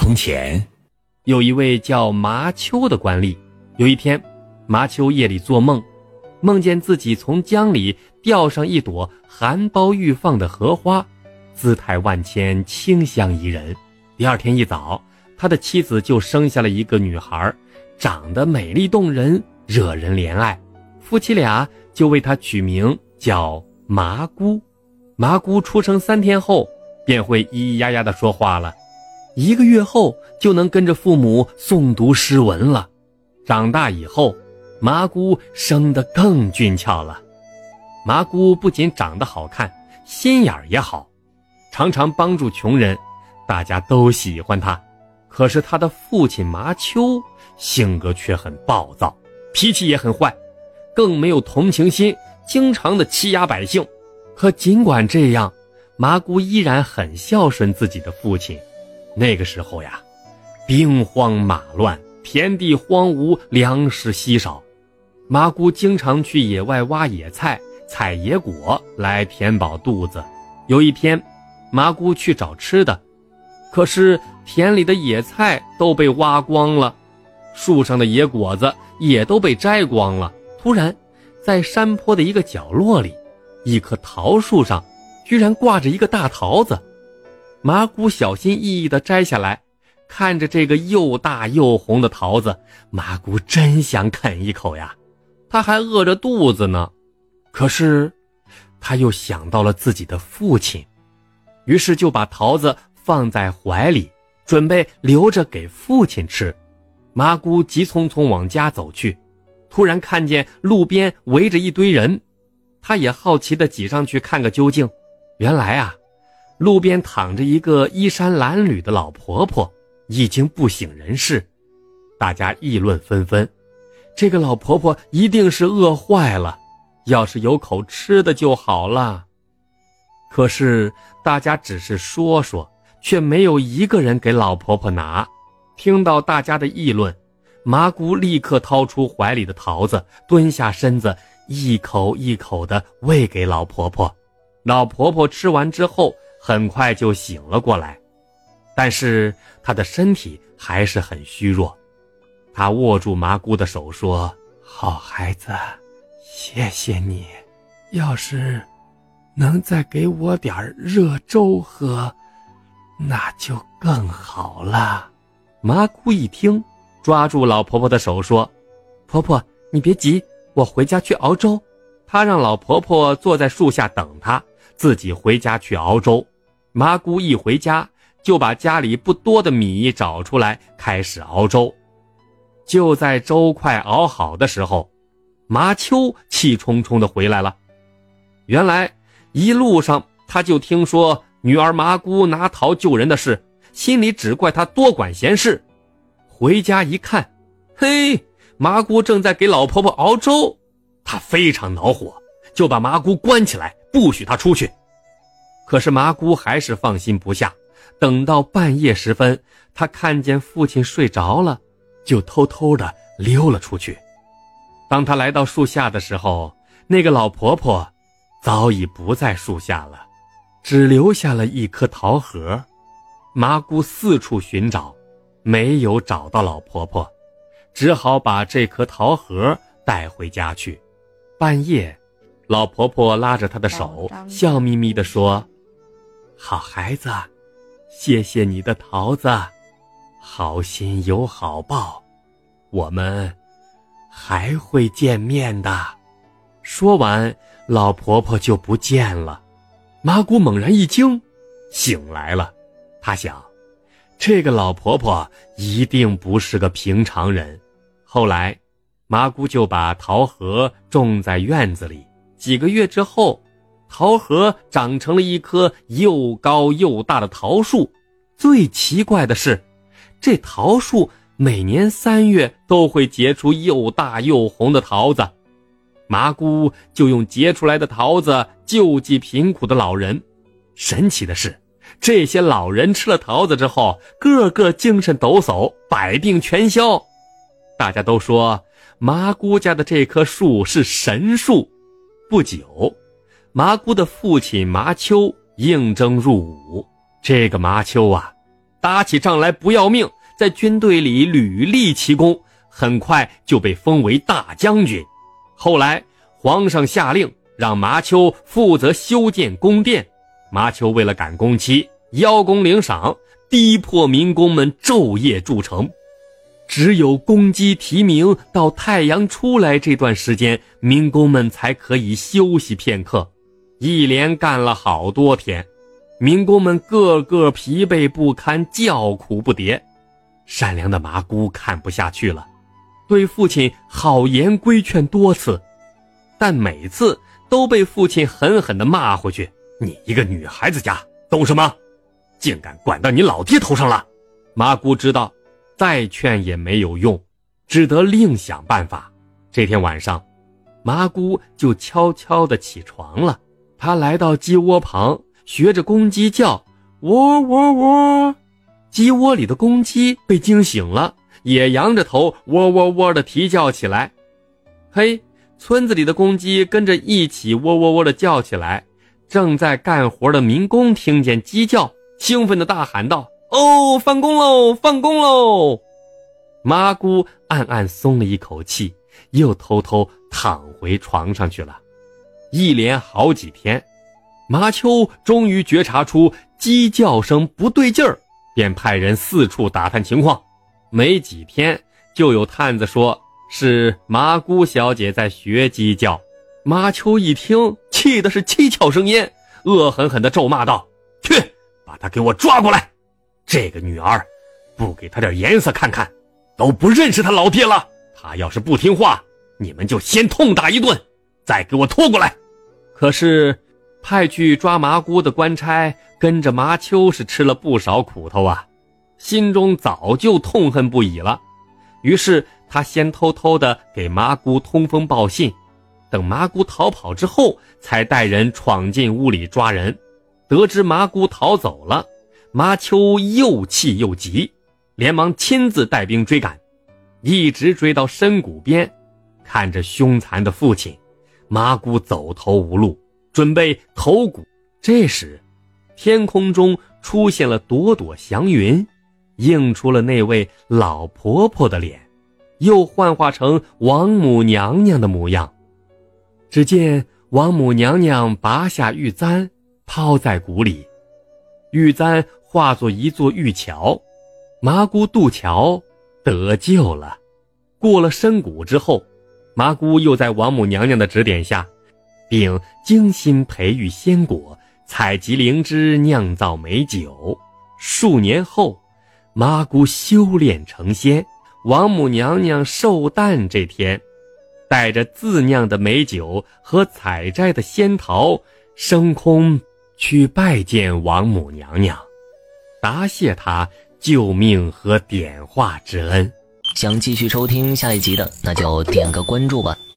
从前， 有一位叫麻丘的官吏。有一天，麻丘夜里做梦，梦见自己从江里钓上一朵含苞欲放的荷花，姿态万千，清香宜人。第二天一早，他的妻子就生下了一个女孩，长得美丽动人，惹人怜爱。夫妻俩就为她取名叫麻姑。麻姑出生3天后，便会咿咿呀呀地说话了。1个月后，就能跟着父母诵读诗文了。长大以后，麻姑生得更俊俏了。麻姑不仅长得好看，心眼也好，常常帮助穷人，大家都喜欢她。可是她的父亲麻丘性格却很暴躁，脾气也很坏，更没有同情心，经常的欺压百姓。可尽管这样，麻姑依然很孝顺自己的父亲。那个时候呀，兵荒马乱，田地荒芜，粮食稀少。麻姑经常去野外挖野菜，采野果来填饱肚子。有一天，麻姑去找吃的，可是田里的野菜都被挖光了，树上的野果子也都被摘光了。突然，在山坡的一个角落里，一棵桃树上居然挂着一个大桃子。麻姑小心翼翼地摘下来，看着这个又大又红的桃子，麻姑真想啃一口呀，她还饿着肚子呢。可是她又想到了自己的父亲，于是就把桃子放在怀里，准备留着给父亲吃。麻姑急匆匆往家走去，突然看见路边围着一堆人，她也好奇地挤上去看个究竟。原来啊，路边躺着一个衣衫褴褛的老婆婆，已经不省人事。大家议论纷纷，这个老婆婆一定是饿坏了，要是有口吃的就好了。可是大家只是说说，却没有一个人给老婆婆拿。听到大家的议论，麻姑立刻掏出怀里的桃子，蹲下身子，一口一口地喂给老婆婆。老婆婆吃完之后，很快就醒了过来，但是她的身体还是很虚弱。她握住麻姑的手说：“好孩子，谢谢你，要是能再给我点热粥喝，那就更好了。”麻姑一听，抓住老婆婆的手说：“婆婆，你别急，我回家去熬粥。”她让老婆婆坐在树下等她，自己回家去熬粥。麻姑一回家，就把家里不多的米找出来，开始熬粥。就在粥快熬好的时候，麻丘气冲冲地回来了。原来一路上他就听说女儿麻姑拿桃救人的事，心里只怪她多管闲事。回家一看，嘿，麻姑正在给老婆婆熬粥，他非常恼火，就把麻姑关起来，不许她出去。可是麻姑还是放心不下，等到半夜时分，她看见父亲睡着了，就偷偷地溜了出去。当她来到树下的时候，那个老婆婆早已不在树下了，只留下了一颗桃核。麻姑四处寻找，没有找到老婆婆，只好把这颗桃核带回家去。半夜，老婆婆拉着她的手，笑眯眯地说：“好孩子，谢谢你的桃子，好心有好报，我们还会见面的。”说完，老婆婆就不见了。麻姑猛然一惊，醒来了。她想，这个老婆婆一定不是个平常人。后来，麻姑就把桃核种在院子里。几个月之后，桃核长成了一棵又高又大的桃树。最奇怪的是，这桃树每年3月都会结出又大又红的桃子。麻姑就用结出来的桃子救济贫苦的老人。神奇的是，这些老人吃了桃子之后，个个精神抖擞，百病全消。大家都说麻姑家的这棵树是神树。不久，麻姑的父亲麻丘应征入伍。这个麻丘啊， 打起仗来不要命，在军队里屡立奇功，很快就被封为大将军。后来皇上下令让麻丘负责修建宫殿，麻丘为了赶工期，邀功领赏，逼迫民工们昼夜筑城。只有公鸡啼鸣到太阳出来这段时间，民工们才可以休息片刻。一连干了好多天，民工们个个疲惫不堪，叫苦不迭。善良的麻姑看不下去了，对父亲好言规劝多次，但每次都被父亲狠狠地骂回去。你一个女孩子家懂什么？竟敢管到你老爹头上了。麻姑知道再劝也没有用，只得另想办法。这天晚上，麻姑就悄悄地起床了。她来到鸡窝旁，学着公鸡叫，喔喔喔。鸡窝里的公鸡被惊醒了，也扬着头喔喔喔地啼叫起来。嘿，村子里的公鸡跟着一起喔喔喔地叫起来。正在干活的民工听见鸡叫，兴奋地大喊道：哦，放工喽，放工喽！麻姑暗暗松了一口气，又偷偷躺回床上去了。一连好几天，麻丘终于觉察出鸡叫声不对劲儿，便派人四处打探情况。没几天，就有探子说是麻姑小姐在学鸡叫。麻丘一听，气的是七窍生烟，恶狠狠地咒骂道：去，把她给我抓过来！这个女儿，不给她点颜色看看，都不认识她老爹了。她要是不听话，你们就先痛打一顿，再给我拖过来。可是派去抓麻姑的官差跟着麻丘是吃了不少苦头啊，心中早就痛恨不已了。于是他先偷偷地给麻姑通风报信，等麻姑逃跑之后，才带人闯进屋里抓人。得知麻姑逃走了，麻丘又气又急，连忙亲自带兵追赶，一直追到深谷边。看着凶残的父亲，麻姑走投无路，准备投谷。这时天空中出现了朵朵祥云，映出了那位老婆婆的脸，又幻化成王母娘娘的模样。只见王母娘娘拔下玉簪，抛在谷里，玉簪化作一座玉桥，麻姑渡桥得救了。过了深谷之后，麻姑又在王母娘娘的指点下，并精心培育鲜果，采集灵芝，酿造美酒。数年后，麻姑修炼成仙。王母娘娘寿诞这天，带着自酿的美酒和采摘的仙桃，升空去拜见王母娘娘，答谢她救命和点化之恩。 想继续收听下一集的，那就点个关注吧。